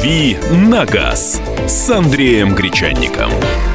«Дави на газ» с Андреем Гречанником.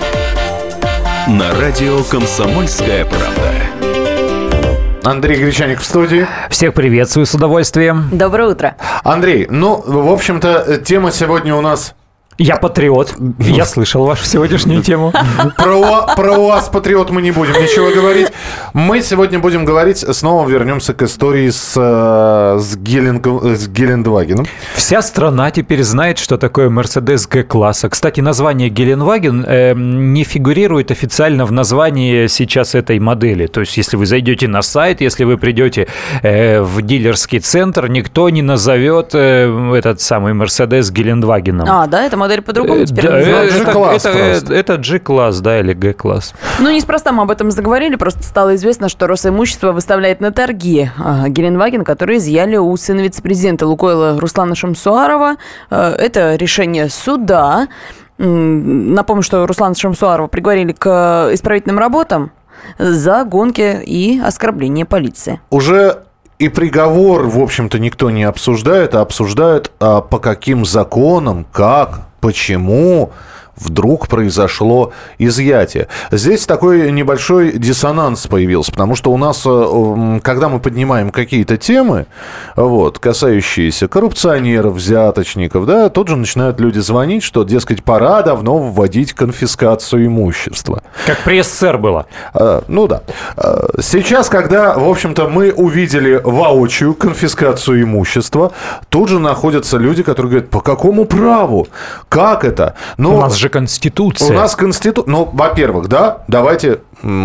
На радио «Комсомольская правда». Андрей Гречанник в студии. Всех приветствую с удовольствием. Доброе утро. Андрей, в общем-то, тема сегодня у нас... Я патриот. Я слышал вашу сегодняшнюю тему. Про УАЗ патриот мы не будем ничего говорить. Мы сегодня будем говорить, снова вернемся к истории с Гелендвагеном. Вся страна теперь знает, что такое Mercedes G-класса. Кстати, название Гелендваген не фигурирует официально в названии сейчас этой модели. То есть, если вы зайдете на сайт, если вы придете в дилерский центр, никто не назовет этот самый Mercedes Гелендвагеном. Да, это модель по-другому теперь называется. Это G-класс, да, или G-класс. Неспроста мы об этом заговорили, просто стало известно, что Росимущество выставляет на торги Гелендваген, который изъяли у сына вице-президента Лукойла Руслана Шамсуарова. Это решение суда. Напомню, что Руслана Шамсуарова приговорили к исправительным работам за гонки и оскорбление полиции. Уже и приговор, в общем-то, никто не обсуждает, а обсуждают, по каким законам, как, почему вдруг произошло изъятие. Здесь такой небольшой диссонанс появился, потому что у нас, когда мы поднимаем какие-то темы, касающиеся коррупционеров, взяточников, да, тут же начинают люди звонить, что, дескать, пора давно вводить конфискацию имущества. Как при СССР было. Да. Сейчас, когда, в общем-то, мы увидели воочию конфискацию имущества, тут же находятся люди, которые говорят, по какому праву? Как это? У нас же Конституция. У нас Конституция. Во-первых, да, давайте,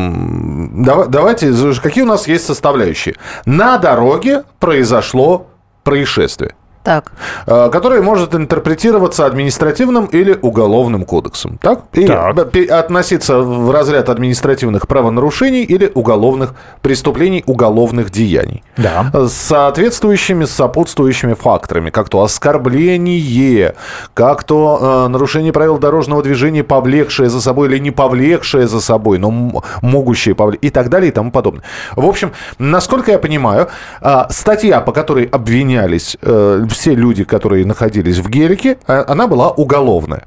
какие у нас есть составляющие? На дороге произошло происшествие. Так. Которое может интерпретироваться административным или уголовным кодексом. Так? И относиться в разряд административных правонарушений или уголовных преступлений, уголовных деяний. Да. С соответствующими, сопутствующими факторами, как то оскорбление, как то нарушение правил дорожного движения, повлекшее за собой или не повлекшее за собой, но могущее повлечь, и так далее, и тому подобное. В общем, насколько я понимаю, статья, по которой обвинялись все люди, которые находились в гелике, она была уголовная.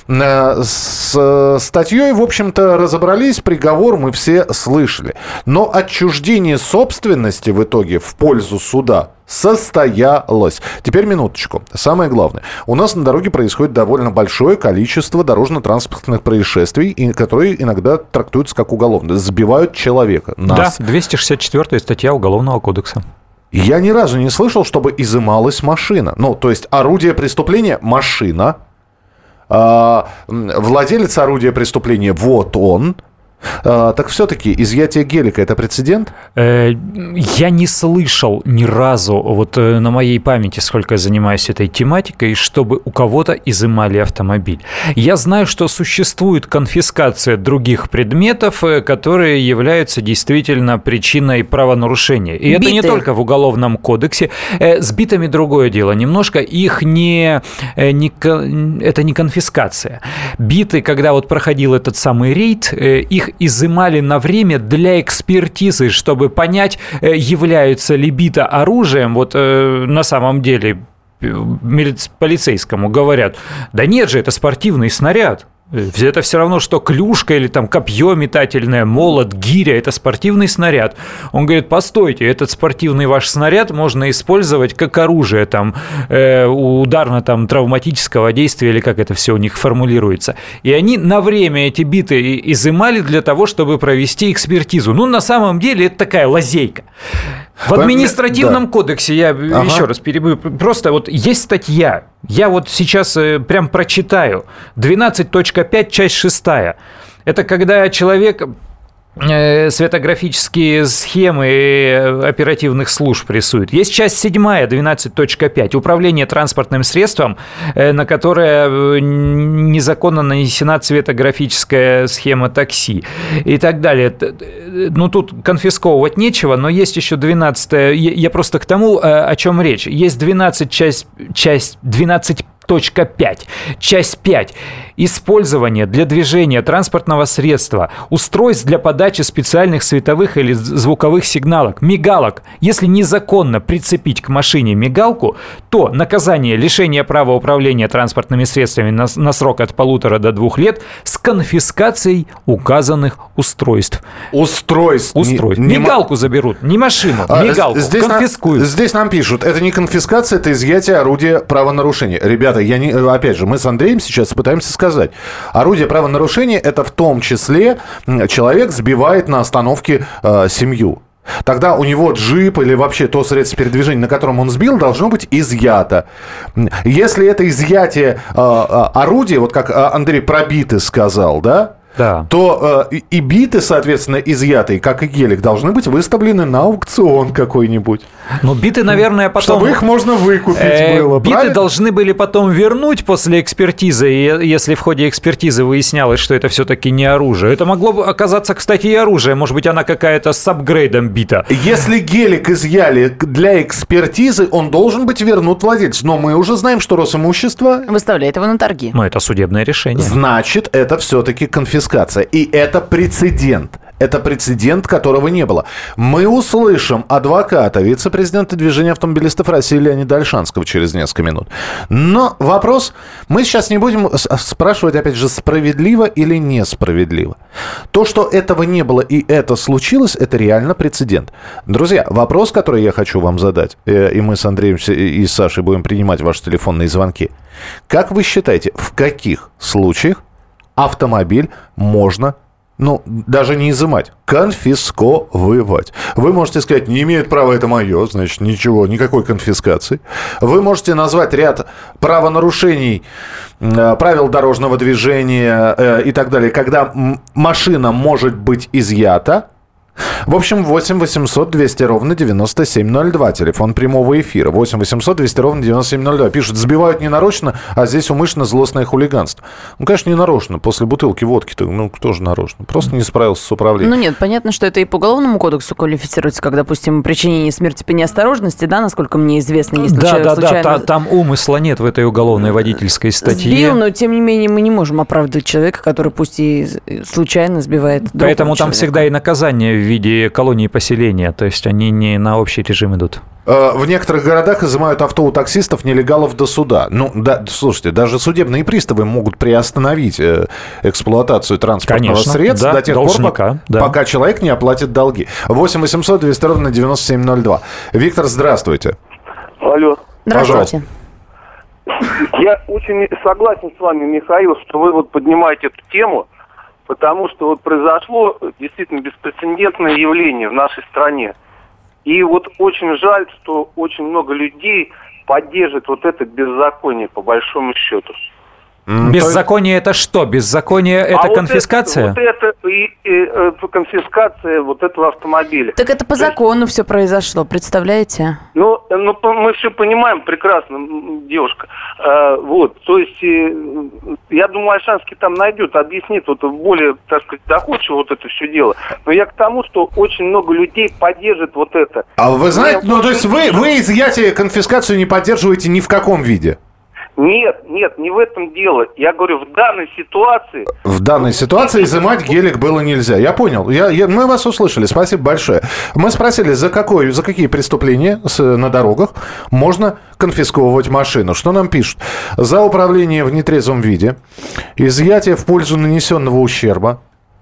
С статьей, в общем-то, разобрались, приговор мы все слышали. Но отчуждение собственности в итоге в пользу суда состоялось. Теперь минуточку. Самое главное. У нас на дороге происходит довольно большое количество дорожно-транспортных происшествий, которые иногда трактуются как уголовные. Сбивают человека. Нас. Да, 264-я статья Уголовного кодекса. Я ни разу не слышал, чтобы изымалась машина. То есть орудие преступления – машина. Владелец орудия преступления – вот он. Так все-таки изъятие гелика – это прецедент? Я не слышал ни разу, на моей памяти, сколько я занимаюсь этой тематикой, чтобы у кого-то изымали автомобиль. Я знаю, что существует конфискация других предметов, которые являются действительно причиной правонарушения. И это не только в Уголовном кодексе. С битами другое дело. Немножко их это не конфискация. Биты, когда проходил этот самый рейд, их изымали на время для экспертизы, чтобы понять, являются ли биты оружием. На самом деле полицейскому говорят, да нет же, это спортивный снаряд. Это все равно, что клюшка или копье метательное, молот, гиря – это спортивный снаряд. Он говорит, постойте, этот спортивный ваш снаряд можно использовать как оружие ударно-травматического действия, или как это все у них формулируется. И они на время эти биты изымали для того, чтобы провести экспертизу. На самом деле это такая лазейка. В административном кодексе, я еще раз перебью, просто есть статья, я сейчас прям прочитаю, 12.5, часть 6. Это когда человек светографические схемы оперативных служб рисуют. Есть часть 7, 12.5, управление транспортным средством, на которое незаконно нанесена цветографическая схема такси и так далее. Тут конфисковывать нечего, но есть еще 12. Я просто к тому, о чем речь. Есть 12 часть 12 2.5. Часть 5. Использование для движения транспортного средства устройств для подачи специальных световых или звуковых сигналок, мигалок. Если незаконно прицепить к машине мигалку, то наказание лишения права управления транспортными средствами на срок от 1,5 до 2 лет с конфискацией указанных устройств. Устройств. Мигалку заберут, не машину, мигалку. Конфискуют. Здесь нам пишут, это не конфискация, это изъятие орудия правонарушения. Ребята, опять же, мы с Андреем сейчас пытаемся сказать. Орудие правонарушения – это в том числе человек сбивает на остановке семью. Тогда у него джип или вообще то средство передвижения, на котором он сбил, должно быть изъято. Если это изъятие орудия, вот как Андрей про биты сказал, да? Да. То и биты, соответственно, изъятые, как и гелик, должны быть выставлены на аукцион какой-нибудь. Ну, биты, наверное, потом... Чтобы их можно выкупить было, биты правильно? Должны были потом вернуть после экспертизы, если в ходе экспертизы выяснялось, что это все-таки не оружие. Это могло бы оказаться, кстати, и оружие. Может быть, она какая-то с апгрейдом бита. Если гелик изъяли для экспертизы, он должен быть вернут владельцу. Но мы уже знаем, что Росимущество... выставляет его на торги. Но это судебное решение. Значит, это все-таки конфискация. И это прецедент. Это прецедент, которого не было. Мы услышим адвоката, вице-президента Движения автомобилистов России Леонида Ольшанского через несколько минут. Но вопрос, мы сейчас не будем спрашивать, опять же, справедливо или несправедливо. То, что этого не было и это случилось, это реально прецедент. Друзья, вопрос, который я хочу вам задать, и мы с Андреем и с Сашей будем принимать ваши телефонные звонки. Как вы считаете, в каких случаях автомобиль можно, даже не изымать, конфисковывать? Вы можете сказать, не имеет права, это мое, значит, ничего, никакой конфискации. Вы можете назвать ряд правонарушений, правил дорожного движения и так далее, когда машина может быть изъята. В общем, 8 800 200 ровно 9702. Телефон прямого эфира. 8 800 200 ровно 9702. Пишут, сбивают ненарочно, а здесь умышленно злостное хулиганство. Конечно, не нарочно. После бутылки водки-то, кто же нарочно? Просто не справился с управлением. Нет, понятно, что это и по Уголовному кодексу квалифицируется, как, допустим, причинение смерти по неосторожности, да, насколько мне известно, если человек случайно... Да, там умысла нет в этой уголовной водительской статье. Сбил, но, тем не менее, мы не можем оправдывать человека, который пусть и случайно сбивает другого Поэтому там человека. Всегда и наказание в виде колонии поселения, то есть они не на общий режим идут. В некоторых городах изымают авто у таксистов, нелегалов до суда. Слушайте, даже судебные приставы могут приостановить эксплуатацию транспортного средства до тех пор, пока человек не оплатит долги. 8 800 200 ровно 9702. Виктор, здравствуйте. Алло. Здравствуйте. Я очень согласен с вами, Михаил, что вы поднимаете эту тему, потому что произошло действительно беспрецедентное явление в нашей стране. И очень жаль, что очень много людей поддержит это беззаконие, по большому счету. Беззаконие это что? Беззаконие это конфискация? Это конфискация этого автомобиля. Так это по закону все произошло, представляете? Мы все понимаем прекрасно, девушка. То есть, я думаю, Ольшанский там найдет, объяснит более, так сказать, доходчиво это все дело. Но я к тому, что очень много людей поддержит это. А вы знаете, то есть вы изъятие, конфискацию не поддерживаете ни в каком виде? Нет, не в этом дело. Я говорю, в данной ситуации... В данной ситуации изымать гелик было нельзя. Я понял. Мы вас услышали. Спасибо большое. Мы спросили, за какие преступления на дорогах можно конфисковывать машину. Что нам пишут? За управление в нетрезвом виде, изъятие в пользу нанесенного ущерба.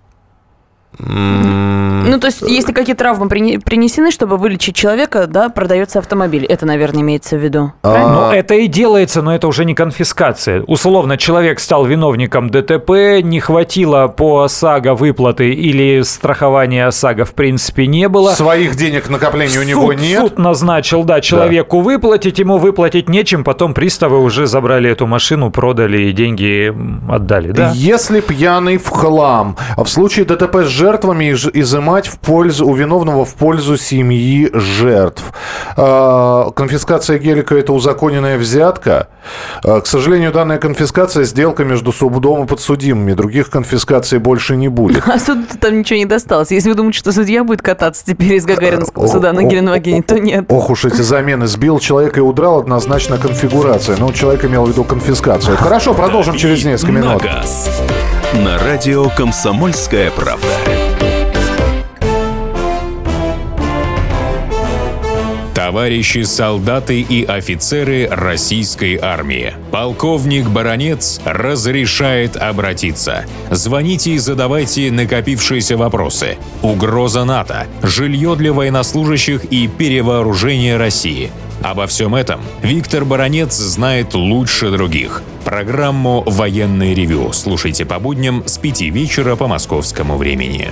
То есть, если какие травмы принесены, чтобы вылечить человека, да, продается автомобиль. Это, наверное, имеется в виду. Это и делается, но это уже не конфискация. Условно, человек стал виновником ДТП, не хватило по ОСАГО выплаты или страхования ОСАГО в принципе не было. Своих денег накоплений у него нет. Суд назначил, человеку выплатить, ему выплатить нечем, потом приставы уже забрали эту машину, продали и деньги отдали. Да? Если пьяный в хлам, в случае ДТП с жертвами изымать у виновного в пользу семьи жертв. конфискация гелика – это узаконенная взятка. К сожалению, данная конфискация – сделка между судом и подсудимыми. Других конфискаций больше не будет. А суду там ничего не досталось. Если вы думаете, что судья будет кататься теперь из Гагаринского суда на Геленвагене, то нет. Ох уж эти замены. Сбил человека и удрал, однозначно конфигурация. Но человек имел в виду конфискацию. Хорошо, продолжим через несколько минут. На радио «Комсомольская правда». Товарищи солдаты и офицеры российской армии. Полковник Баранец разрешает обратиться. Звоните и задавайте накопившиеся вопросы. Угроза НАТО, жилье для военнослужащих и перевооружение России. Обо всем этом Виктор Баранец знает лучше других. Программу «Военное ревю» слушайте по будням с 5 вечера по московскому времени.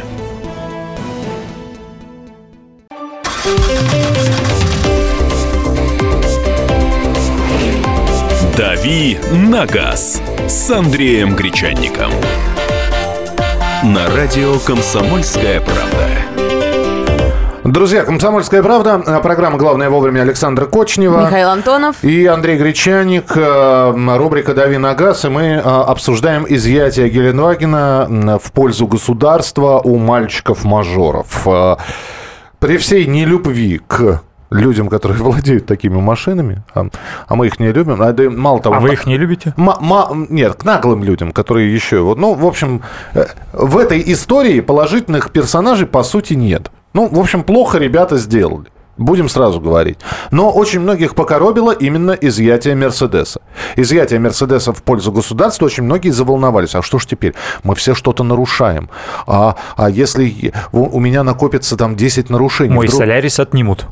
«Дави на газ» с Андреем Гречанником. На радио «Комсомольская правда». Друзья, «Комсомольская правда», программа «Главное вовремя», Александр Кочнева. Михаил Антонов. И Андрей Гречанник, рубрика «Дави на газ», и мы обсуждаем изъятие Геленвагена в пользу государства у мальчиков-мажоров. При всей нелюбви к людям, которые владеют такими машинами, а мы их не любим. Мало того, вы их не любите? Нет, к наглым людям, которые еще... в общем, в этой истории положительных персонажей, по сути, нет. В общем, плохо ребята сделали. Будем сразу говорить. Но очень многих покоробило именно изъятие «Мерседеса». Изъятие «Мерседеса» в пользу государства, очень многие заволновались. А что ж теперь? Мы все что-то нарушаем. А если у меня накопится там 10 нарушений? Мой «Солярис» отнимут.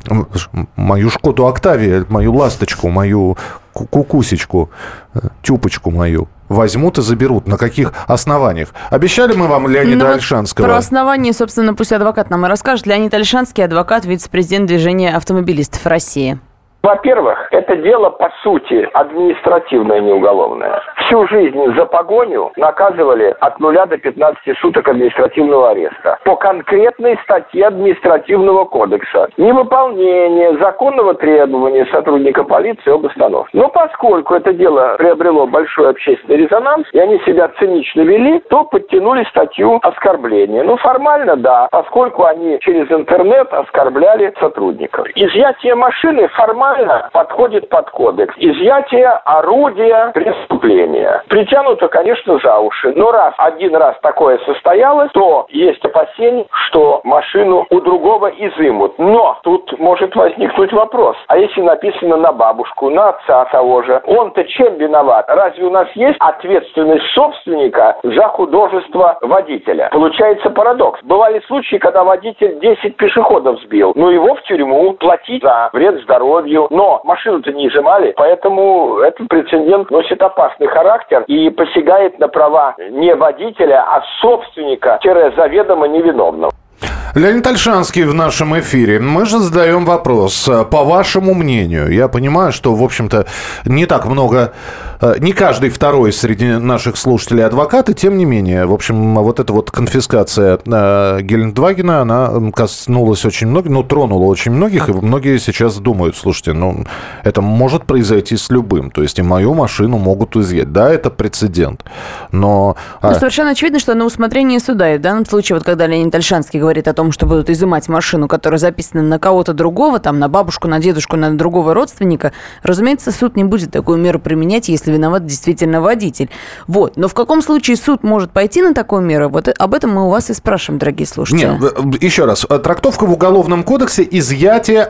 Мою «Шкоду Октавия», мою «Ласточку», мою кукусечку, тюпочку мою возьмут и заберут. На каких основаниях? Обещали мы вам Леонида Ольшанского? Про основания, собственно, пусть адвокат нам и расскажет. Леонид Ольшанский, адвокат, вице-президент движения автомобилистов России. Во-первых, это дело, по сути, административное, не уголовное. Всю жизнь за погоню наказывали от 0 до 15 суток административного ареста. По конкретной статье административного кодекса. Невыполнение законного требования сотрудника полиции об остановке. Но поскольку это дело приобрело большой общественный резонанс, и они себя цинично вели, то подтянули статью оскорбления. Формально, да, поскольку они через интернет оскорбляли сотрудников. Изъятие машины формально подходит под кодекс. Изъятие орудия преступления. Притянуто, конечно, за уши. Но один раз такое состоялось, то есть опасение, что машину у другого изымут. Но тут может возникнуть вопрос. А если написано на бабушку, на отца того же, он-то чем виноват? Разве у нас есть ответственность собственника за художество водителя? Получается парадокс. Бывали случаи, когда водитель 10 пешеходов сбил. Его в тюрьму, платить за вред здоровью. Но машину-то не изымали, поэтому этот прецедент носит опасный характер и посягает на права не водителя, а собственника-заведомо невиновного. Леонид Ольшанский в нашем эфире. Мы же задаем вопрос. По вашему мнению, я понимаю, что, в общем-то, не так много, не каждый второй среди наших слушателей адвокат, и тем не менее, в общем, вот эта вот конфискация Гелендвагена, она коснулась очень многих, тронула очень многих, и многие сейчас думают, слушайте, это может произойти с любым, то есть и мою машину могут изъять. Да, это прецедент, но... совершенно очевидно, что на усмотрение суда, и в данном случае, вот когда Леонид Ольшанский говорит о том, что будут изымать машину, которая записана на кого-то другого, там, на бабушку, на дедушку, на другого родственника, разумеется, суд не будет такую меру применять, если виноват действительно водитель. Но в каком случае суд может пойти на такую меру? Об этом мы у вас и спрашиваем, дорогие слушатели. Нет, еще раз. Трактовка в Уголовном кодексе – изъятие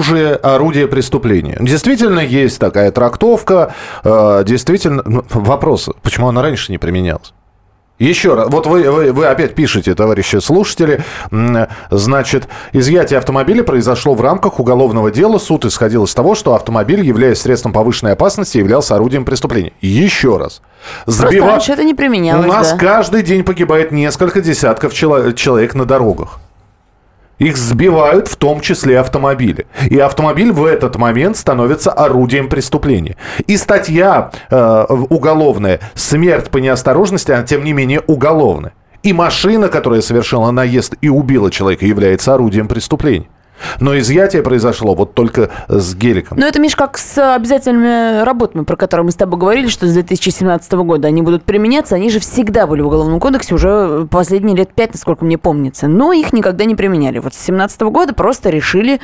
орудия преступления. Действительно есть такая трактовка. Действительно, вопрос, почему она раньше не применялась? Еще раз, вот вы опять пишете, товарищи слушатели, значит, изъятие автомобиля произошло в рамках уголовного дела. Суд исходил из того, что автомобиль, являясь средством повышенной опасности, являлся орудием преступления. Еще раз. Просто раньше это не применялось, У нас каждый день погибает несколько десятков человек на дорогах. Их сбивают, в том числе автомобили. И автомобиль в этот момент становится орудием преступления. И статья уголовная «Смерть по неосторожности», она, тем не менее, уголовная. И машина, которая совершила наезд и убила человека, является орудием преступления. Но изъятие произошло вот только с геликом. Ну, это, Миш, как с обязательными работами, про которые мы с тобой говорили, что с 2017 года они будут применяться. Они же всегда были в Уголовном кодексе уже последние лет 5, насколько мне помнится. Но их никогда не применяли. Вот с 2017 года просто решили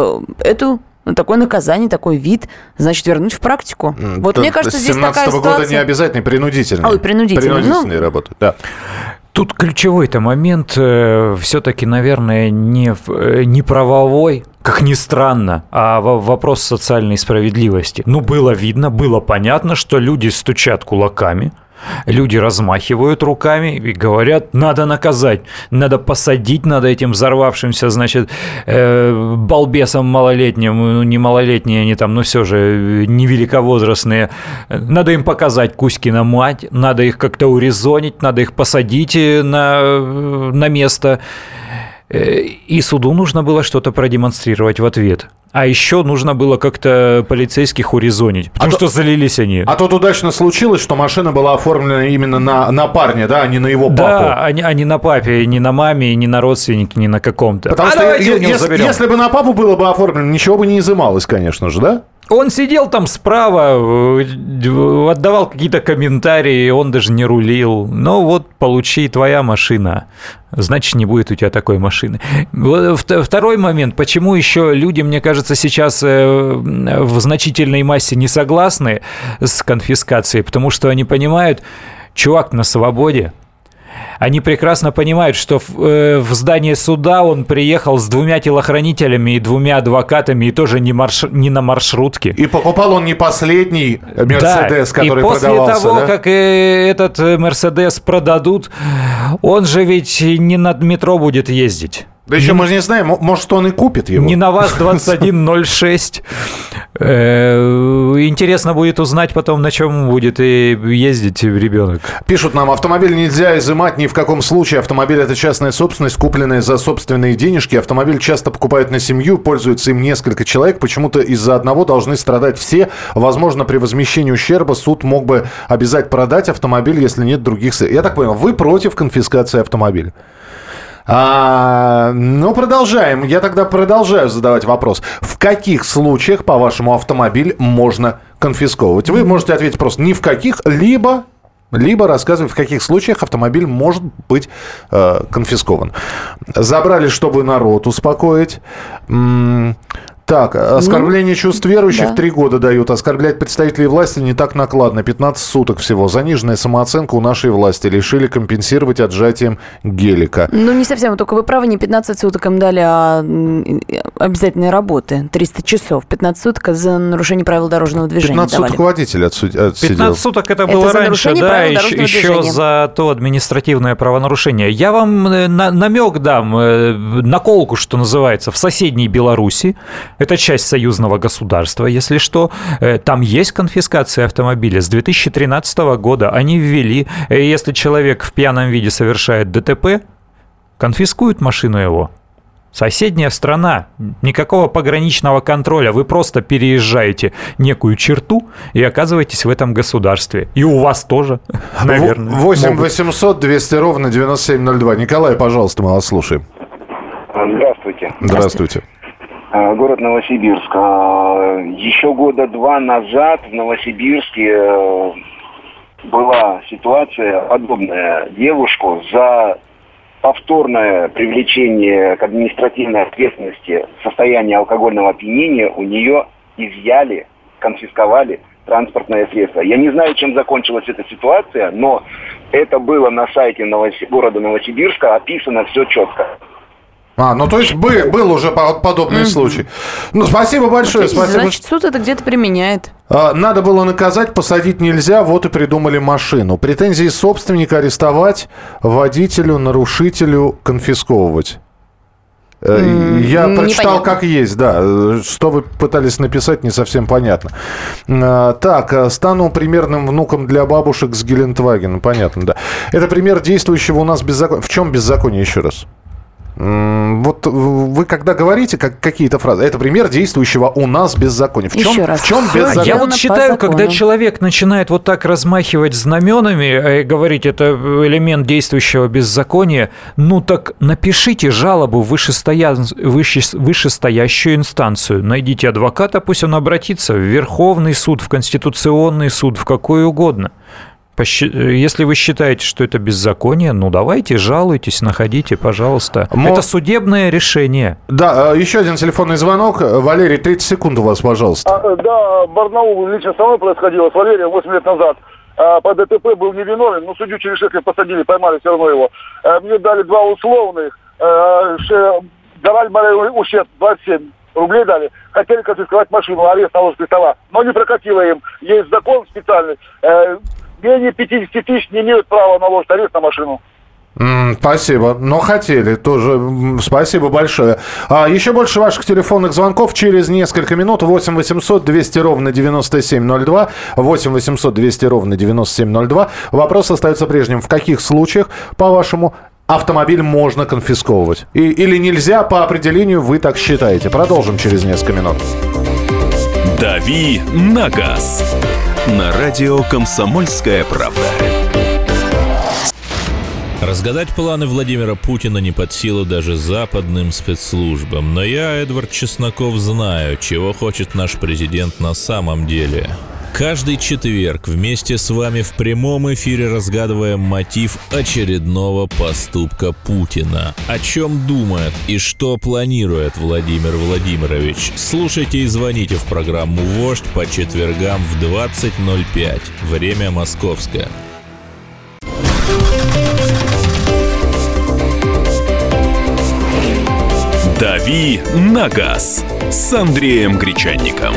такое наказание, такой вид, значит, вернуть в практику. Вот мне кажется, здесь такая ситуация... С 2017 года не обязательный, принудительный. Ой, принудительные работы, да. Тут ключевой-то момент все-таки, наверное, не правовой, как ни странно, а вопрос социальной справедливости. Ну, было видно, было понятно, что люди стучат кулаками, люди размахивают руками и говорят, надо наказать, надо посадить, надо этим взорвавшимся, значит, балбесам малолетним, ну, не малолетние они там, но все же невеликовозрастные, надо им показать Кузькина мать, надо их как-то урезонить, надо их посадить на место. И суду нужно было что-то продемонстрировать в ответ. А еще нужно было как-то полицейских урезонить, потому что залились они. А тут удачно случилось, что машина была оформлена именно на парня, да, а не на его папу. Да, а не на папе, не на маме, не на родственнике, не на каком-то. Потому что если бы на папу было бы оформлено, ничего бы не изымалось, конечно же, да? Он сидел там справа, отдавал какие-то комментарии, он даже не рулил. Ну вот, получи, твоя машина. Значит, не будет у тебя такой машины. Второй момент. Почему еще люди, мне кажется, сейчас в значительной массе не согласны с конфискацией? Потому что они понимают, чувак на свободе. Они прекрасно понимают, что в здание суда он приехал с 2 телохранителями и 2 адвокатами, и тоже не на маршрутке. И покупал он не последний «Мерседес», который продавался. И после того, как этот «Мерседес» продадут, он же ведь не над метро будет ездить. Да еще мы же не знаем, может, он и купит его. Не на ВАЗ-2106. Интересно будет узнать потом, на чем будет и ездить ребенок. Пишут нам, автомобиль нельзя изымать ни в каком случае. Автомобиль – это частная собственность, купленная за собственные денежки. Автомобиль часто покупают на семью, пользуются им несколько человек. Почему-то из-за одного должны страдать все. Возможно, при возмещении ущерба суд мог бы обязать продать автомобиль, если нет других... Я так понял, вы против конфискации автомобиля? Ну, продолжаем. Я тогда продолжаю задавать вопрос. В каких случаях, по-вашему, автомобиль можно конфисковывать? Вы можете ответить просто «ни в каких», либо рассказывать, в каких случаях автомобиль может быть конфискован. Забрали, чтобы народ успокоить. Так, оскорбление чувств верующих 3 года дают. Оскорблять представителей власти не так накладно. 15 суток всего. Заниженная самооценка у нашей власти. Решили компенсировать отжатием гелика. Ну, не совсем. Только вы правы, не 15 суток им дали, а обязательной работы. 300 часов. 15 суток за нарушение правил дорожного движения 15 давали. суток водитель отсидел. 15 суток это было раньше, да, еще за то административное правонарушение. Я вам намек дам, наколку, что называется, в соседней Беларуси. Это часть союзного государства, если что. Там есть конфискация автомобиля. С 2013 года они ввели, если человек в пьяном виде совершает ДТП, конфискуют машину его. Соседняя страна, никакого пограничного контроля. Вы просто переезжаете некую черту и оказываетесь в этом государстве. И у вас тоже, наверное. 8 800 200 ровно 9702. Николай, пожалуйста, мы вас слушаем. Здравствуйте. Здравствуйте. Город Новосибирск. Еще года 2 назад в Новосибирске была ситуация подобная. Девушку за повторное привлечение к административной ответственности в состоянии алкогольного опьянения у нее изъяли, конфисковали транспортное средство. Я не знаю, чем закончилась эта ситуация, но это было на сайте города Новосибирска, описано все четко. Ну то есть был уже подобный случай. Ну, спасибо большое. Спасибо. Значит, суд это где-то применяет. Надо было наказать, посадить нельзя, вот и придумали машину. Претензии собственника арестовать, водителю, нарушителю конфисковывать. Я прочитал, непонятно. Как есть, да. Что вы пытались написать, не совсем понятно. Так, стану примерным внуком для бабушек с Гелендвагена. Понятно, да. Это пример действующего у нас беззакония. В чем беззаконие, еще раз? Вот вы когда говорите какие-то фразы, это пример действующего у нас беззакония. В чем беззаконие? Я вот считаю, когда человек начинает вот так размахивать знаменами и говорить, это элемент действующего беззакония, ну так напишите жалобу в вышестоящую инстанцию. Найдите адвоката, пусть он обратится в Верховный суд, в Конституционный суд, в какой угодно. Если вы считаете, что это беззаконие, ну давайте, жалуйтесь, находите, пожалуйста. Это судебное решение. Да, еще один телефонный звонок. Валерий, 30 секунд у вас, пожалуйста. Да, Барнаул лично со мной происходило, с Валерием 8 лет назад. По ДТП был невиновен, но судью через 6 лет посадили, поймали все равно его. Мне дали 2 условных, давали ущерб 27 рублей дали. Хотели конфисковать машину, арест наложить стола, но не прокатило им. Есть закон специальный. Менее 50 тысяч не имеют права наложить арест на машину. Спасибо. Но хотели тоже. Спасибо большое. Еще больше ваших телефонных звонков через несколько минут. 8 800 200 ровно 9702. 8 800 200 ровно 9702. Вопрос остается прежним. В каких случаях, по-вашему, автомобиль можно конфисковывать? Или нельзя по определению, вы так считаете? Продолжим через несколько минут. «Дави на газ» на радио «Комсомольская правда». Разгадать планы Владимира Путина не под силу даже западным спецслужбам. Но я, Эдвард Чесноков, знаю, чего хочет наш президент на самом деле. Каждый четверг вместе с вами в прямом эфире разгадываем мотив очередного поступка Путина. О чем думает и что планирует Владимир Владимирович? Слушайте и звоните в программу «Вождь» по четвергам в 20:05. Время московское. «Дави на газ» с Андреем Гречанником.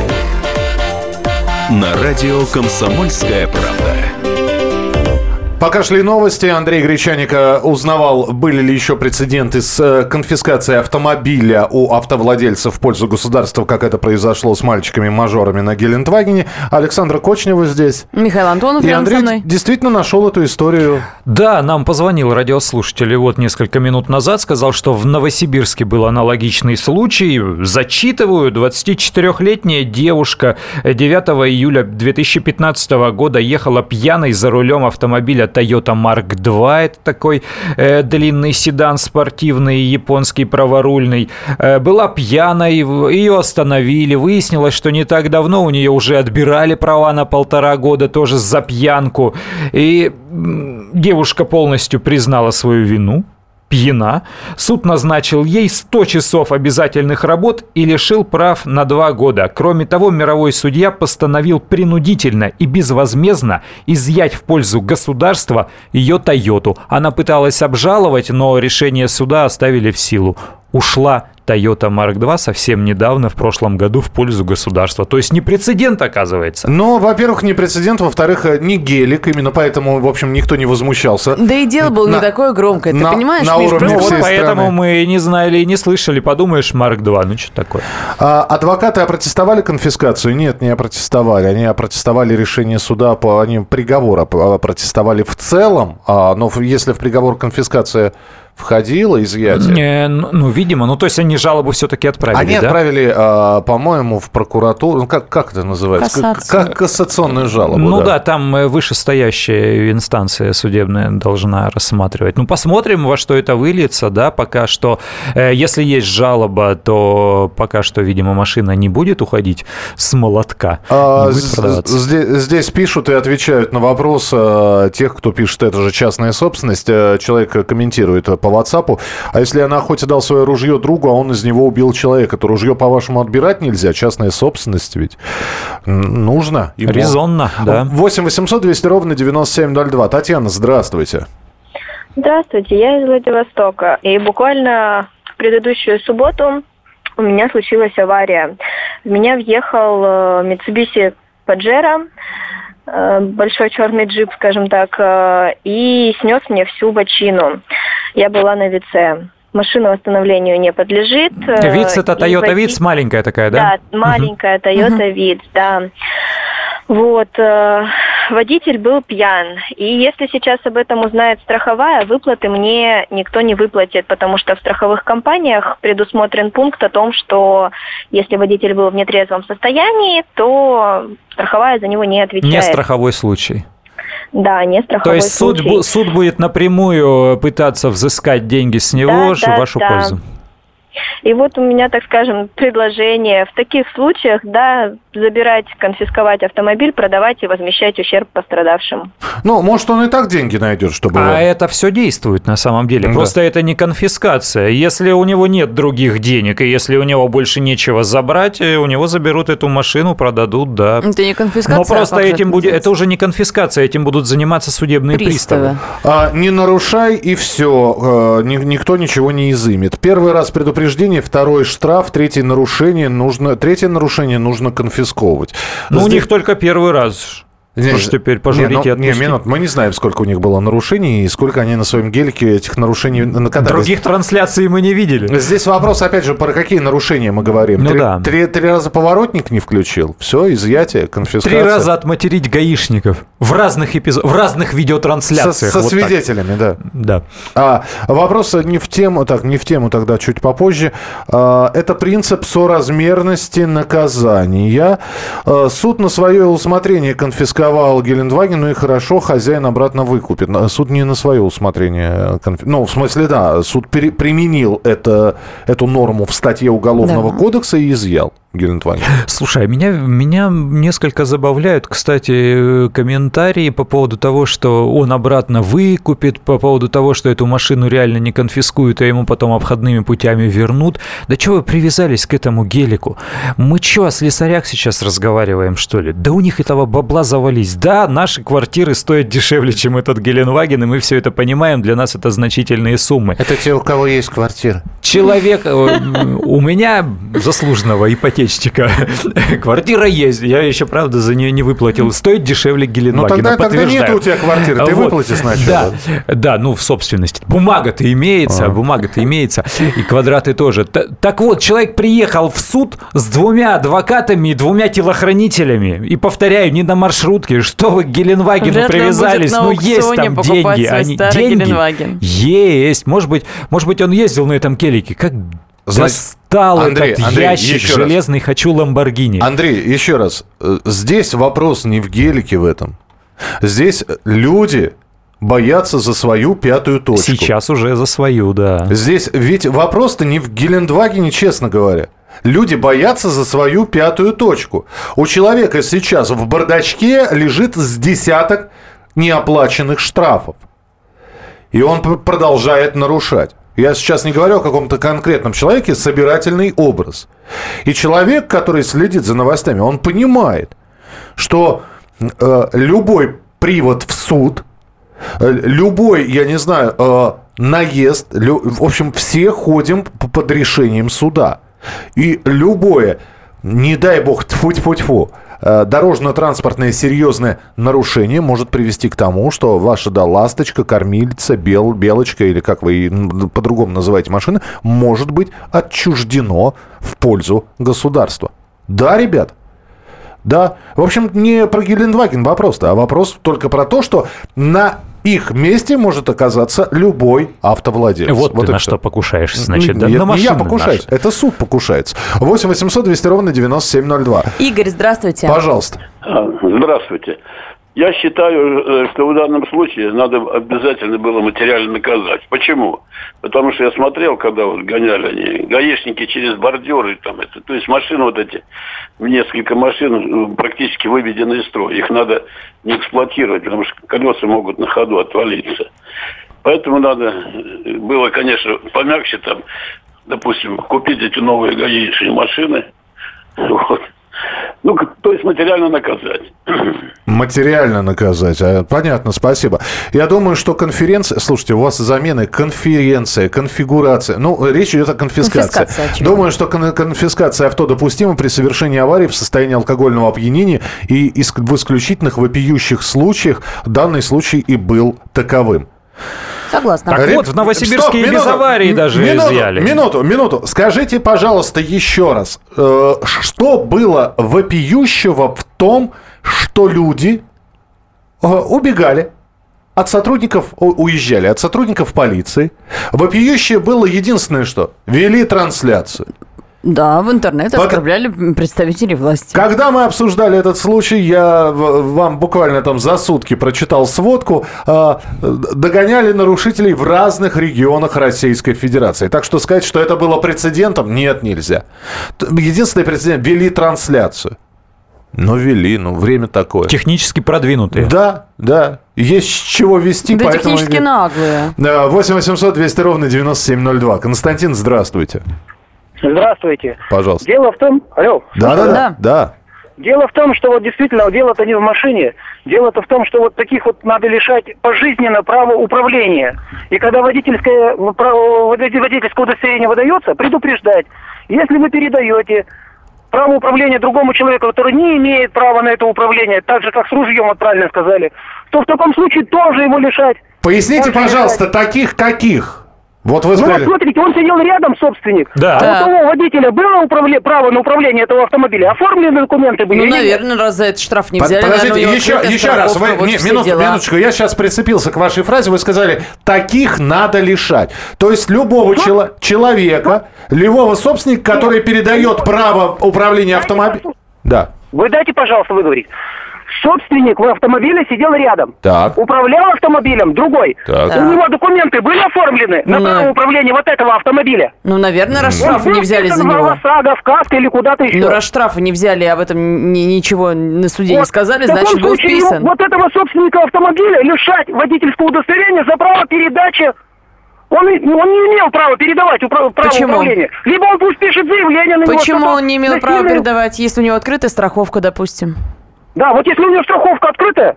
На радио «Комсомольская правда». Пока шли новости, Андрей Гречаник узнавал, были ли еще прецеденты с конфискацией автомобиля у автовладельцев в пользу государства, как это произошло с мальчиками-мажорами на Гелендвагене. Александра Кочнева здесь. Михаил Антонов и рядом Андрей со мной. Действительно нашел эту историю. Да, нам позвонил радиослушатель вот несколько минут назад, сказал, что в Новосибирске был аналогичный случай. Зачитываю, 24-летняя девушка 9 июля 2015 года ехала пьяной за рулем автомобиля Toyota Mark II, это такой длинный седан спортивный, японский праворульный. Была пьяной, ее остановили, выяснилось, что не так давно у нее уже отбирали права на 1,5 года, тоже за пьянку. И девушка полностью признала свою вину. Пьяна. Суд назначил ей 100 часов обязательных работ и лишил прав на 2 года. Кроме того, мировой судья постановил принудительно и безвозмездно изъять в пользу государства ее Тойоту. Она пыталась обжаловать, но решение суда оставили в силу. Ушла Toyota Mark II совсем недавно, в прошлом году, в пользу государства. То есть не прецедент, оказывается. Ну, во-первых, не прецедент, во-вторых, не гелик, именно поэтому, в общем, никто не возмущался. Да и дело было не такое громкое, ты понимаешь, Миш? Вот поэтому мы не знали и не слышали. Подумаешь, Mark II, ну что такое? Адвокаты опротестовали конфискацию? Нет, не опротестовали. Они опротестовали решение суда, они приговор опротестовали в целом, но если в приговор конфискация входило изъятие? Ну, видимо. То есть они жалобу все-таки отправили, Они отправили, по-моему, в прокуратуру. Как это называется? Кассационную жалобу. Ну да, там вышестоящая инстанция судебная должна рассматривать. Ну, посмотрим, во что это выльется, да, пока что. Если есть жалоба, то пока что, видимо, машина не будет уходить с молотка. Здесь пишут и отвечают на вопрос тех, кто пишет, это же частная собственность. Человек комментирует по WhatsApp. А если я на охоте дал свое ружье другу, а он из него убил человека, то ружье, по-вашему, отбирать нельзя? Частная собственность ведь нужно. Резонно, да. 8 800 200 ровно 9702. Татьяна, здравствуйте. Здравствуйте, я из Владивостока. И буквально в предыдущую субботу у меня случилась авария. В меня въехал Mitsubishi Pajero, большой черный джип, скажем так, и снес мне всю бочину. Я была на ВИЦе. Машина восстановлению не подлежит. ВИЦ — это Toyota ВИЦ, маленькая такая, да? Да, маленькая Toyota ВИЦ, да. Вот. водитель был пьян. И если сейчас об этом узнает страховая, выплаты мне никто не выплатит, потому что в страховых компаниях предусмотрен пункт о том, что если водитель был в нетрезвом состоянии, то страховая за него не отвечает. Не страховой случай. Да, не страховой случай. То есть суд будет напрямую пытаться взыскать деньги с него в вашу пользу. И вот у меня, так скажем, предложение в таких случаях, да, забирать, конфисковать автомобиль, продавать и возмещать ущерб пострадавшим. Ну, может, он и так деньги найдет, чтобы... А это все действует на самом деле. Да. Просто это не конфискация. Если у него нет других денег, и если у него больше нечего забрать, у него заберут эту машину, продадут, да. Это не конфискация. Но просто этим будет... Это уже не конфискация, этим будут заниматься судебные приставы. Не нарушай, и все. Никто ничего не изымет. Первый раз предупреждение, второй штраф, третье нарушение нужно конфисковывать. Ну, у них только первый раз. Слушай, теперь пожурите и отпустите. Мы не знаем, сколько у них было нарушений и сколько они на своем гелике этих нарушений накатали. Других трансляций мы не видели. Здесь вопрос, опять же, про какие нарушения мы говорим. Три раза поворотник не включил. Все, изъятие, конфискация. 3 раза отматерить гаишников. В разных видеотрансляциях. Со свидетелями, да. Да. Вопрос не в тему тогда, чуть попозже. Это принцип соразмерности наказания. Суд на свое усмотрение конфисковал Гелендваген, ну и хорошо, хозяин обратно выкупит. Суд не на свое усмотрение. Ну, в смысле, да, суд применил эту норму в статье Уголовного кодекса и изъял Гелендваген. Слушай, меня несколько забавляют, кстати, комментарии по поводу того, что он обратно выкупит, по поводу того, что эту машину реально не конфискуют, а ему потом обходными путями вернут. Да чего вы привязались к этому гелику? Мы что, о слесарях сейчас разговариваем, что ли? Да у них этого бабла завались. Да, наши квартиры стоят дешевле, чем этот Гелендваген, и мы все это понимаем, для нас это значительные суммы. Это те, у кого есть квартира. Человек, у меня заслуженного ипотечника квартира есть, я еще, правда, за нее не выплатил. Стоит дешевле Гелендвагена, ну, тогда нет у тебя квартиры, ты выплати сначала. Да, ну, в собственности. Бумага-то имеется, и квадраты тоже. Так вот, человек приехал в суд с 2 адвокатами и 2 телохранителями. И, повторяю, не на маршрутке. Что вы к Гелендвагену привязались? Ну, есть там деньги. Деньги есть. Может быть, он ездил на этом гелике. Как... Достал этот ящик железный, хочу Ламборгини. Андрей, еще раз. Здесь вопрос не в гелике в этом. Здесь люди боятся за свою 5-ю точку. Сейчас уже за свою, да. Здесь ведь вопрос-то не в Гелендвагене, честно говоря. Люди боятся за свою 5-ю точку. У человека сейчас в бардачке лежит с десяток неоплаченных штрафов. И он продолжает нарушать. Я сейчас не говорю о каком-то конкретном человеке, собирательный образ. И человек, который следит за новостями, он понимает, что любой привод в суд, любой, я не знаю, наезд, в общем, все ходим под решением суда. И любое, не дай бог, тьфу-тьфу-тьфу, дорожно-транспортное серьезное нарушение может привести к тому, что ваша, да, ласточка, кормилица, белочка, или как вы по-другому называете машины, может быть отчуждено в пользу государства. Да, ребят? Да. В общем, не про Гелендваген вопрос-то, а вопрос только про то, что на их месте может оказаться любой автовладелец. Вот ты на что покушаешься, значит, да? Нет, не я покушаюсь, это суд покушается. 8 800 200 ровно 9702. Игорь, здравствуйте. Пожалуйста. Здравствуйте. Я считаю, что в данном случае надо обязательно было материально наказать. Почему? Потому что я смотрел, когда вот гоняли они, гаишники через бордюры, там это, то есть машины вот эти, несколько машин практически выведены из строя. Их надо не эксплуатировать, потому что колеса могут на ходу отвалиться. Поэтому надо было, конечно, помягче там, допустим, купить эти новые гаишные машины. Вот. Ну, то есть материально наказать. Материально наказать. Понятно, спасибо. Я думаю, что конференция... Слушайте, у вас замены конференция, конфигурация. Ну, речь идет о конфискации. Думаю, что конфискация авто допустима при совершении аварии в состоянии алкогольного опьянения и в исключительных вопиющих случаях данный случай и был таковым. Согласна. Так вот, в Новосибирске без аварии даже изъяли. Минуту. Скажите, пожалуйста, еще раз, что было вопиющего в том, что люди убегали от сотрудников, уезжали от сотрудников полиции. Вопиющее было единственное, что вели трансляцию. Да, в интернет оскорбляли представителей власти. Когда мы обсуждали этот случай, я вам буквально там за сутки прочитал сводку, догоняли нарушителей в разных регионах Российской Федерации. Так что сказать, что это было прецедентом, нет, нельзя. Единственный прецедент – вели трансляцию. Вели, время такое. Технически продвинутые. Да. Есть с чего вести. Да, поэтому... технически наглые. 8 800 200 ровно 9702. Константин, здравствуйте. Здравствуйте. Пожалуйста. Дело в том... Алло. Да. Дело в том, что действительно дело-то не в машине. Дело-то в том, что таких надо лишать пожизненно права управления. И когда водительское удостоверение выдается, предупреждать. Если вы передаете право управления другому человеку, который не имеет права на это управление, так же, как с ружьем, правильно сказали, то в таком случае тоже его лишать. Поясните, пожалуйста, таких каких? Вот вы сказали. Смотрите, он сидел рядом, собственник. Да. А у того водителя было право на управление этого автомобиля? Оформлены документы были? Наверное, раз за этот штраф не взяли. Подождите, еще раз. Минуточку. Я сейчас прицепился к вашей фразе. Вы сказали, таких надо лишать. То есть любого человека, любого собственника, который передает право управления автомобилем. Да. Вы дайте, пожалуйста, выговорить. Собственник в автомобиле сидел рядом. Так. Управлял автомобилем другой. Так. У него документы были оформлены на право управления вот этого автомобиля? Наверное, раз штрафы не взяли за него. В КАСКО или куда-то еще. Раз штрафы не взяли, об этом ничего на суде не сказали, значит, был списан. Вот этого собственника автомобиля лишать водительского удостоверения за право передачи. Он не имел права передавать право управления. Либо он пусть пишет заявление на него. Почему он не имел права передавать, если у него открытая страховка, допустим? Да, вот если у него страховка открытая,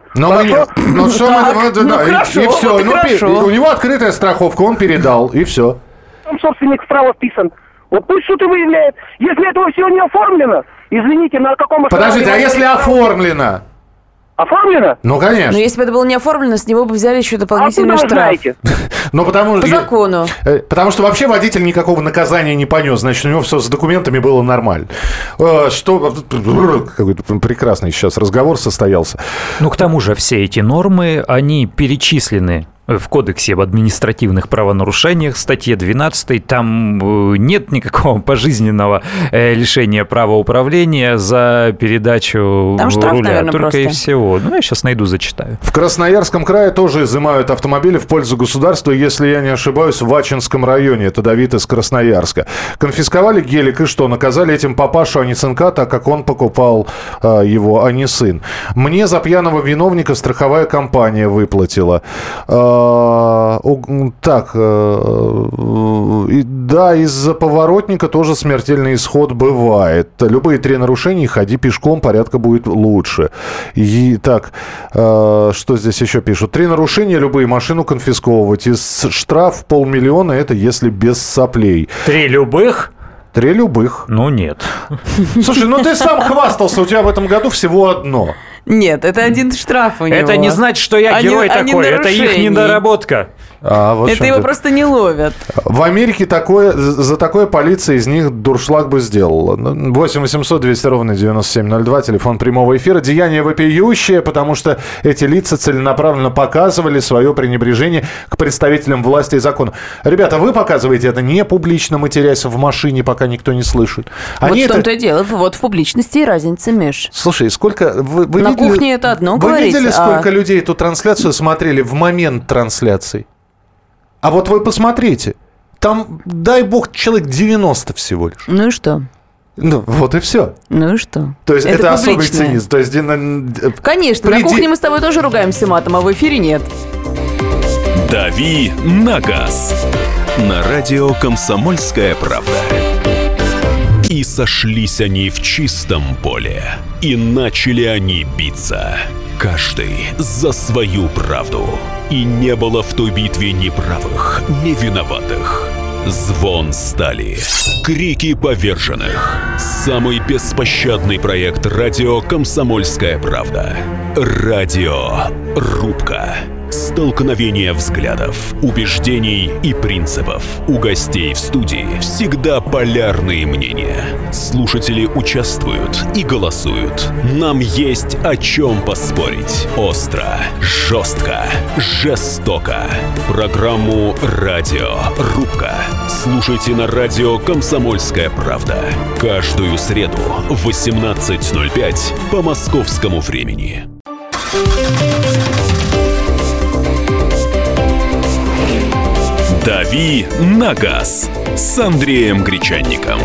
и все. У него открытая страховка, он передал, и все. Там собственник справа вписан. Вот пусть суд и выявляет. Если этого всего не оформлено, извините, на каком основании... Подождите, а если оформлено? Оформлено? Ну, конечно. Но если бы это было не оформлено, с него бы взяли еще дополнительный штраф. По закону. Потому что вообще водитель никакого наказания не понес. Значит, у него все с документами было нормально. Какой-то прекрасный сейчас разговор состоялся. К тому же все эти нормы, они перечислены в Кодексе об административных правонарушениях, статье 12, там нет никакого пожизненного лишения права управления за передачу там штраф, руля. Наверное, только просто. И всего. Я сейчас найду, зачитаю. В Красноярском крае тоже изымают автомобили в пользу государства, если я не ошибаюсь, в Ачинском районе. Это Давид из Красноярска. Конфисковали гелик и что? Наказали этим папашу, а не сынка, так как он покупал его, а не сын. Мне за пьяного виновника страховая компания выплатила. Так, да, из-за поворотника тоже смертельный исход бывает. Любые 3 нарушения, ходи пешком, порядка будет лучше. И так, что здесь еще пишут? 3 нарушения, любые, машину конфисковывать. И штраф 500 000, это если без соплей. 3 любых? 3 любых. Нет. Слушай, ты сам хвастался, у тебя в этом году всего одно. Нет, это один штраф у него. Это не значит, что я герой такой, это их недоработка. Это его просто не ловят. В Америке за такое полиция из них дуршлаг бы сделала. 8 800 200 ровно 9702, телефон прямого эфира. Деяние вопиющее, потому что эти лица целенаправленно показывали свое пренебрежение к представителям власти и закона. Ребята, вы показываете это не публично, матерясь в машине, пока никто не слышит. Вот в том-то и дело. Вот в публичности и разница, Миш. Слушай, сколько... На кухне это одно говорить. Вы видели, сколько людей эту трансляцию смотрели в момент трансляции? А вот вы посмотрите, там, дай бог, человек 90 всего лишь. Ну и что? Вот и все. Ну и что? То есть это особый цинизм. То есть, конечно, на кухне мы с тобой тоже ругаемся матом, а в эфире нет. «Дави на газ» на радио «Комсомольская правда». И сошлись они в чистом поле, и начали они биться. Каждый за свою правду. И не было в той битве ни правых, ни виноватых. Звон стали, крики поверженных. Самый беспощадный проект радио «Комсомольская правда». Радиорубка. Столкновение взглядов, убеждений и принципов. У гостей в студии всегда полярные мнения. Слушатели участвуют и голосуют. Нам есть о чем поспорить. Остро, жестко, жестоко. Программу «Радио Рубка» слушайте на радио «Комсомольская правда». Каждую среду в 18:05 по московскому времени. «Дави на газ» с Андреем Гречанником.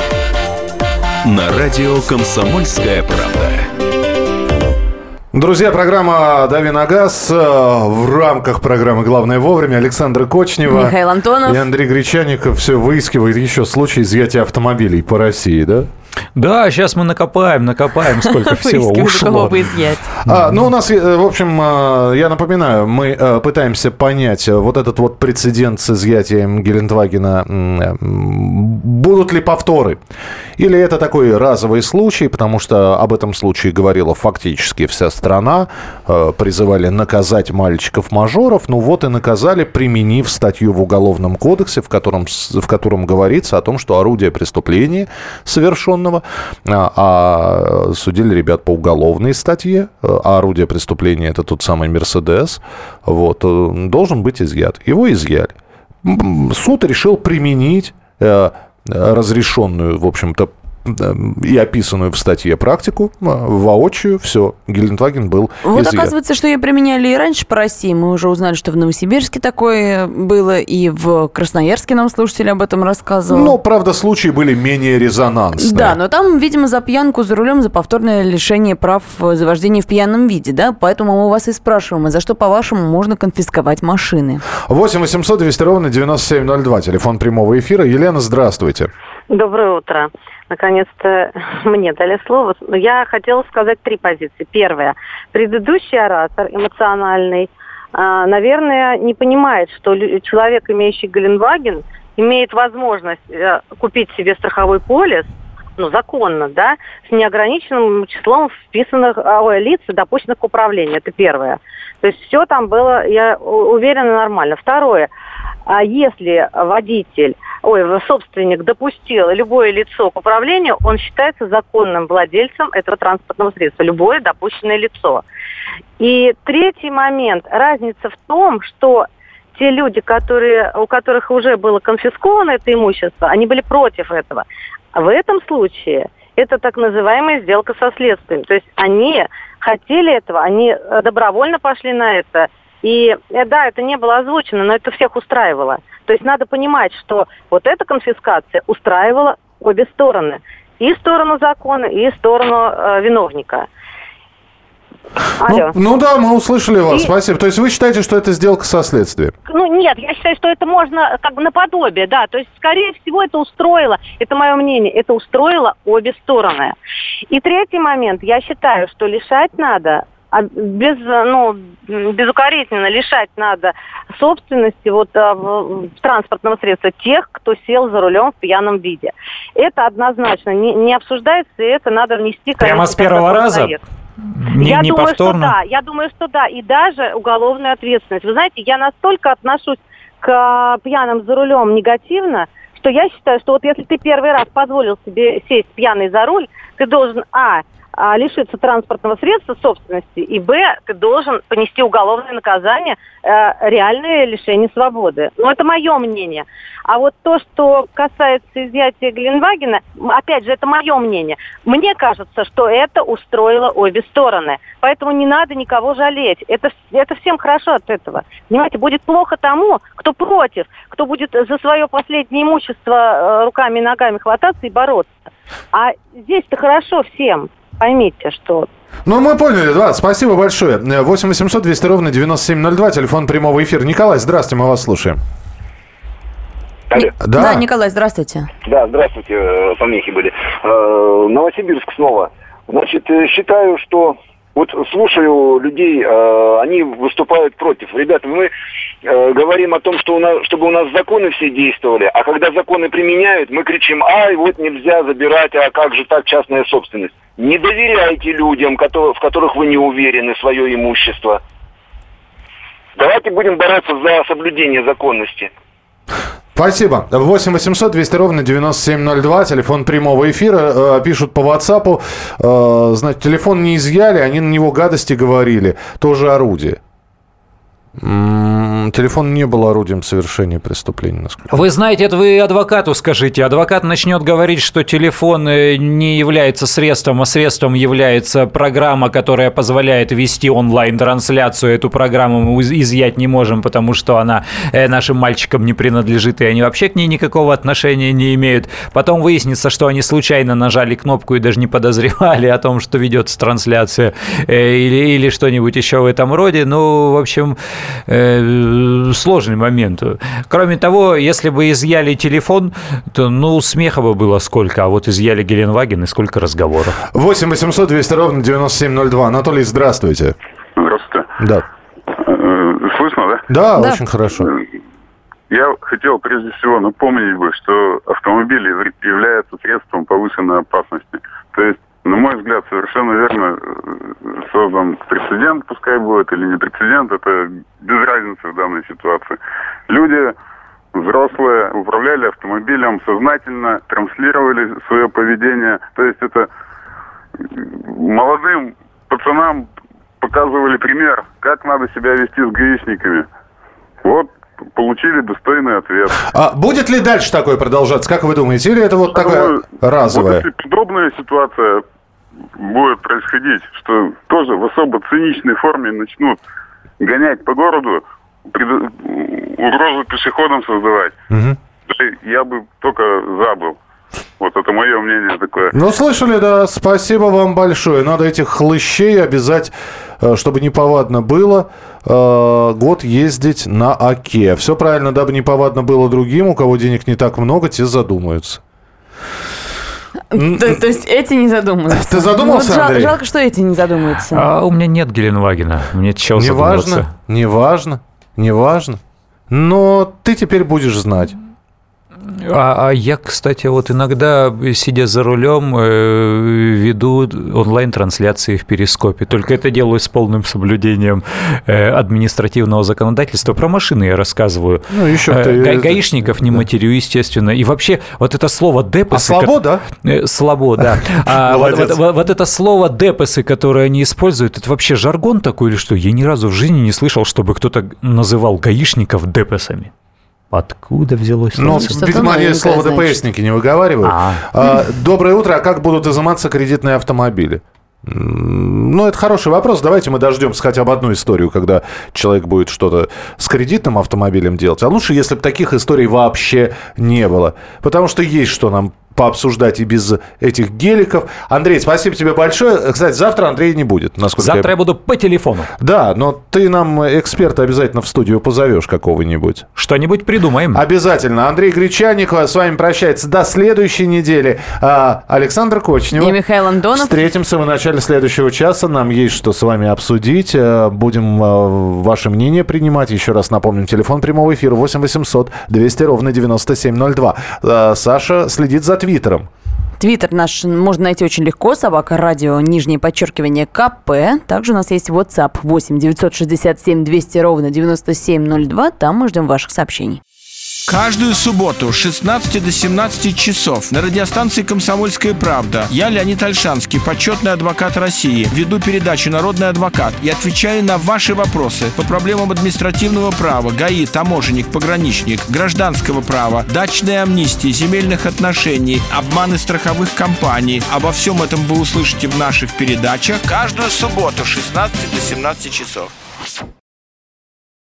На радио «Комсомольская правда». Друзья, программа «Дави на газ». В рамках программы «Главное вовремя» Александра Кочнева, Михаил Антонов и Андрей Гречанников все выискивает еще случаи изъятия автомобилей по России, да? Да, сейчас мы накопаем, сколько всего ушло. Ну, у нас, в общем, я напоминаю, мы пытаемся понять вот этот вот прецедент с изъятием Гелендвагена. Будут ли повторы? Или это такой разовый случай, потому что об этом случае говорила фактически вся страна. Призывали наказать мальчиков-мажоров. Ну вот и наказали, применив статью в Уголовном кодексе, в котором говорится о том, что орудие преступления совершенного, а судили ребят по уголовной статье, а орудие преступления — это тот самый «Мерседес», вот, должен быть изъят. Его изъяли. Суд решил применить разрешенную, в общем-то, и описанную в статье практику воочию. Все, Гелендваген был вот изъят. Оказывается, что ее применяли и раньше по России. Мы уже узнали, что в Новосибирске такое было, и в Красноярске нам слушатель об этом рассказывал. Но, правда, случаи были менее резонансные. Да, но там, видимо, за пьянку за рулем, за повторное лишение прав за вождение в пьяном виде, да? Поэтому мы вас и спрашиваем, а за что, по-вашему, можно конфисковать машины? 8 800 200 ровно 9702, телефон прямого эфира. Елена, здравствуйте. Доброе утро. Наконец-то мне дали слово. Я хотела сказать 3 позиции. Первая. Предыдущий оратор, эмоциональный, наверное, не понимает, что человек, имеющий Гелендваген, имеет возможность купить себе страховой полис, законно, да, с неограниченным числом вписанных лиц, допущенных к управлению. Это первое. То есть все там было, я уверена, нормально. Второе. Если собственник допустил любое лицо к управлению, он считается законным владельцем этого транспортного средства, любое допущенное лицо. И третий момент. Разница в том, что те люди, у которых уже было конфисковано это имущество, они были против этого. В этом случае это так называемая сделка со следствием. То есть они хотели этого, они добровольно пошли на это. И да, это не было озвучено, но это всех устраивало. То есть надо понимать, что вот эта конфискация устраивала обе стороны. И сторону закона, и сторону виновника. Алло. Ну да, мы услышали вас, спасибо. То есть вы считаете, что это сделка со следствием? Нет, я считаю, что это можно как бы наподобие, да. То есть, скорее всего, это устроило, это мое мнение, это устроило обе стороны. И третий момент, я считаю, что лишать надо, безукоризненно лишать надо собственности транспортного средства тех, кто сел за рулем в пьяном виде. Это однозначно не обсуждается, и это надо внести... Прямо с первого раза? Я думаю, что да. И даже уголовную ответственность. Вы знаете, я настолько отношусь к пьяным за рулем негативно, что я считаю, что вот если ты первый раз позволил себе сесть пьяный за руль, ты должен, лишиться транспортного средства собственности, и, ты должен понести уголовное наказание, реальное лишение свободы. Но это мое мнение. А вот то, что касается изъятия Гелендвагена, опять же, это мое мнение. Мне кажется, что это устроило обе стороны. Поэтому не надо никого жалеть. Это всем хорошо от этого. Понимаете, будет плохо тому, кто против, кто будет за свое последнее имущество руками и ногами хвататься и бороться. А здесь-то хорошо всем. Поймите, что... Мы поняли, да, спасибо большое. 8 800 200 ровно 9702, телефон прямого эфира. Николай, здравствуйте, мы вас слушаем. Да, Николай, здравствуйте. Да, здравствуйте, помехи были. Новосибирск снова. Значит, считаю, что... Вот слушаю людей, они выступают против. Ребята, мы говорим о том, что чтобы у нас законы все действовали, а когда законы применяют, мы кричим: вот нельзя забирать, а как же так, частная собственность. Не доверяйте людям, в которых вы не уверены, свое имущество. Давайте будем бороться за соблюдение законности. Спасибо. 8 800 200 ровно 9702, телефон прямого эфира. Пишут по WhatsApp, значит, телефон не изъяли, они на него гадости говорили. Тоже орудие. Телефон не был орудием совершения преступления. Вы знаете, это вы адвокату скажите. Адвокат начнет говорить, что телефон не является средством, а средством является программа, которая позволяет вести онлайн-трансляцию. Эту программу мы изъять не можем, потому что она нашим мальчикам не принадлежит, и они вообще к ней никакого отношения не имеют. Потом выяснится, что они случайно нажали кнопку и даже не подозревали о том, что ведется трансляция или что-нибудь еще в этом роде. Ну, в общем... сложный момент. Кроме того, если бы изъяли телефон, то, смеха бы было сколько, а вот изъяли Геленваген и сколько разговоров. 8 800 200 ровно 9702. Анатолий, здравствуйте. Здравствуйте. Да. Слышно, да? Да, очень хорошо. Я хотел прежде всего напомнить бы, что автомобили являются средством повышенной опасности. То есть, на мой взгляд, совершенно верно создан прецедент, пускай будет или не прецедент, это без разницы в данной ситуации. Люди взрослые управляли автомобилем, сознательно транслировали свое поведение. То есть это молодым пацанам показывали пример, как надо себя вести с гаишниками. Вот получили достойный ответ. А будет ли дальше такое продолжаться, как вы думаете? Или это вот такая разовая? Вот если подобная ситуация будет происходить, что тоже в особо циничной форме начнут гонять по городу, угрозу пешеходам создавать, я бы только забыл. Вот это мое мнение такое. Слышали, да, спасибо вам большое. Надо этих хлыщей обязать, чтобы неповадно было, год ездить на ОКе. Все правильно, дабы неповадно было другим, у кого денег не так много, те задумаются. То есть эти не задумаются. Ты задумался, Андрей? Жалко, что эти не задумаются. А у меня нет Геленвагена. Мне чего задуматься? Не важно. Но ты теперь будешь знать. А я, кстати, вот иногда, сидя за рулем, веду онлайн-трансляции в Перископе. Только это делаю с полным соблюдением административного законодательства. Про машины я рассказываю. Гаишников не матерю, естественно. И вообще, вот это слово «депесы». А слабо, да? Слабо, да. Вот это слово «депесы», которое они используют, это вообще жаргон такой или что? Я ни разу в жизни не слышал, чтобы кто-то называл гаишников депесами. Откуда взялось? Видимо, они слово ДПСники не выговаривают. Доброе утро. А как будут изыматься кредитные автомобили? Это хороший вопрос. Давайте мы дождемся хотя бы одну историю, когда человек будет что-то с кредитным автомобилем делать. А лучше, если бы таких историй вообще не было. Потому что есть что нам пообсуждать и без этих геликов. Андрей, спасибо тебе большое. Кстати, завтра Андрея не будет. Завтра я буду по телефону. Да, но ты нам эксперта обязательно в студию позовешь какого-нибудь. Что-нибудь придумаем. Обязательно. Андрей Гречаник с вами прощается до следующей недели. Александр Кочнев. И Михаил Антонов. Встретимся в начале следующего часа. Нам есть что с вами обсудить. Будем ваше мнение принимать. Еще раз напомним, телефон прямого эфира 8 800 200 ровно 9702. Саша следит за Твиттером. Твиттер наш можно найти очень легко. @радио _КП. Также у нас есть WhatsApp 8 967 200 ровно 9702. Там мы ждем ваших сообщений. Каждую субботу с 16 до 17 часов на радиостанции «Комсомольская правда» я, Леонид Ольшанский, почетный адвокат России, веду передачу «Народный адвокат» и отвечаю на ваши вопросы по проблемам административного права, ГАИ, таможенник, пограничник, гражданского права, дачной амнистии, земельных отношений, обманы страховых компаний. Обо всем этом вы услышите в наших передачах каждую субботу с 16 до 17 часов.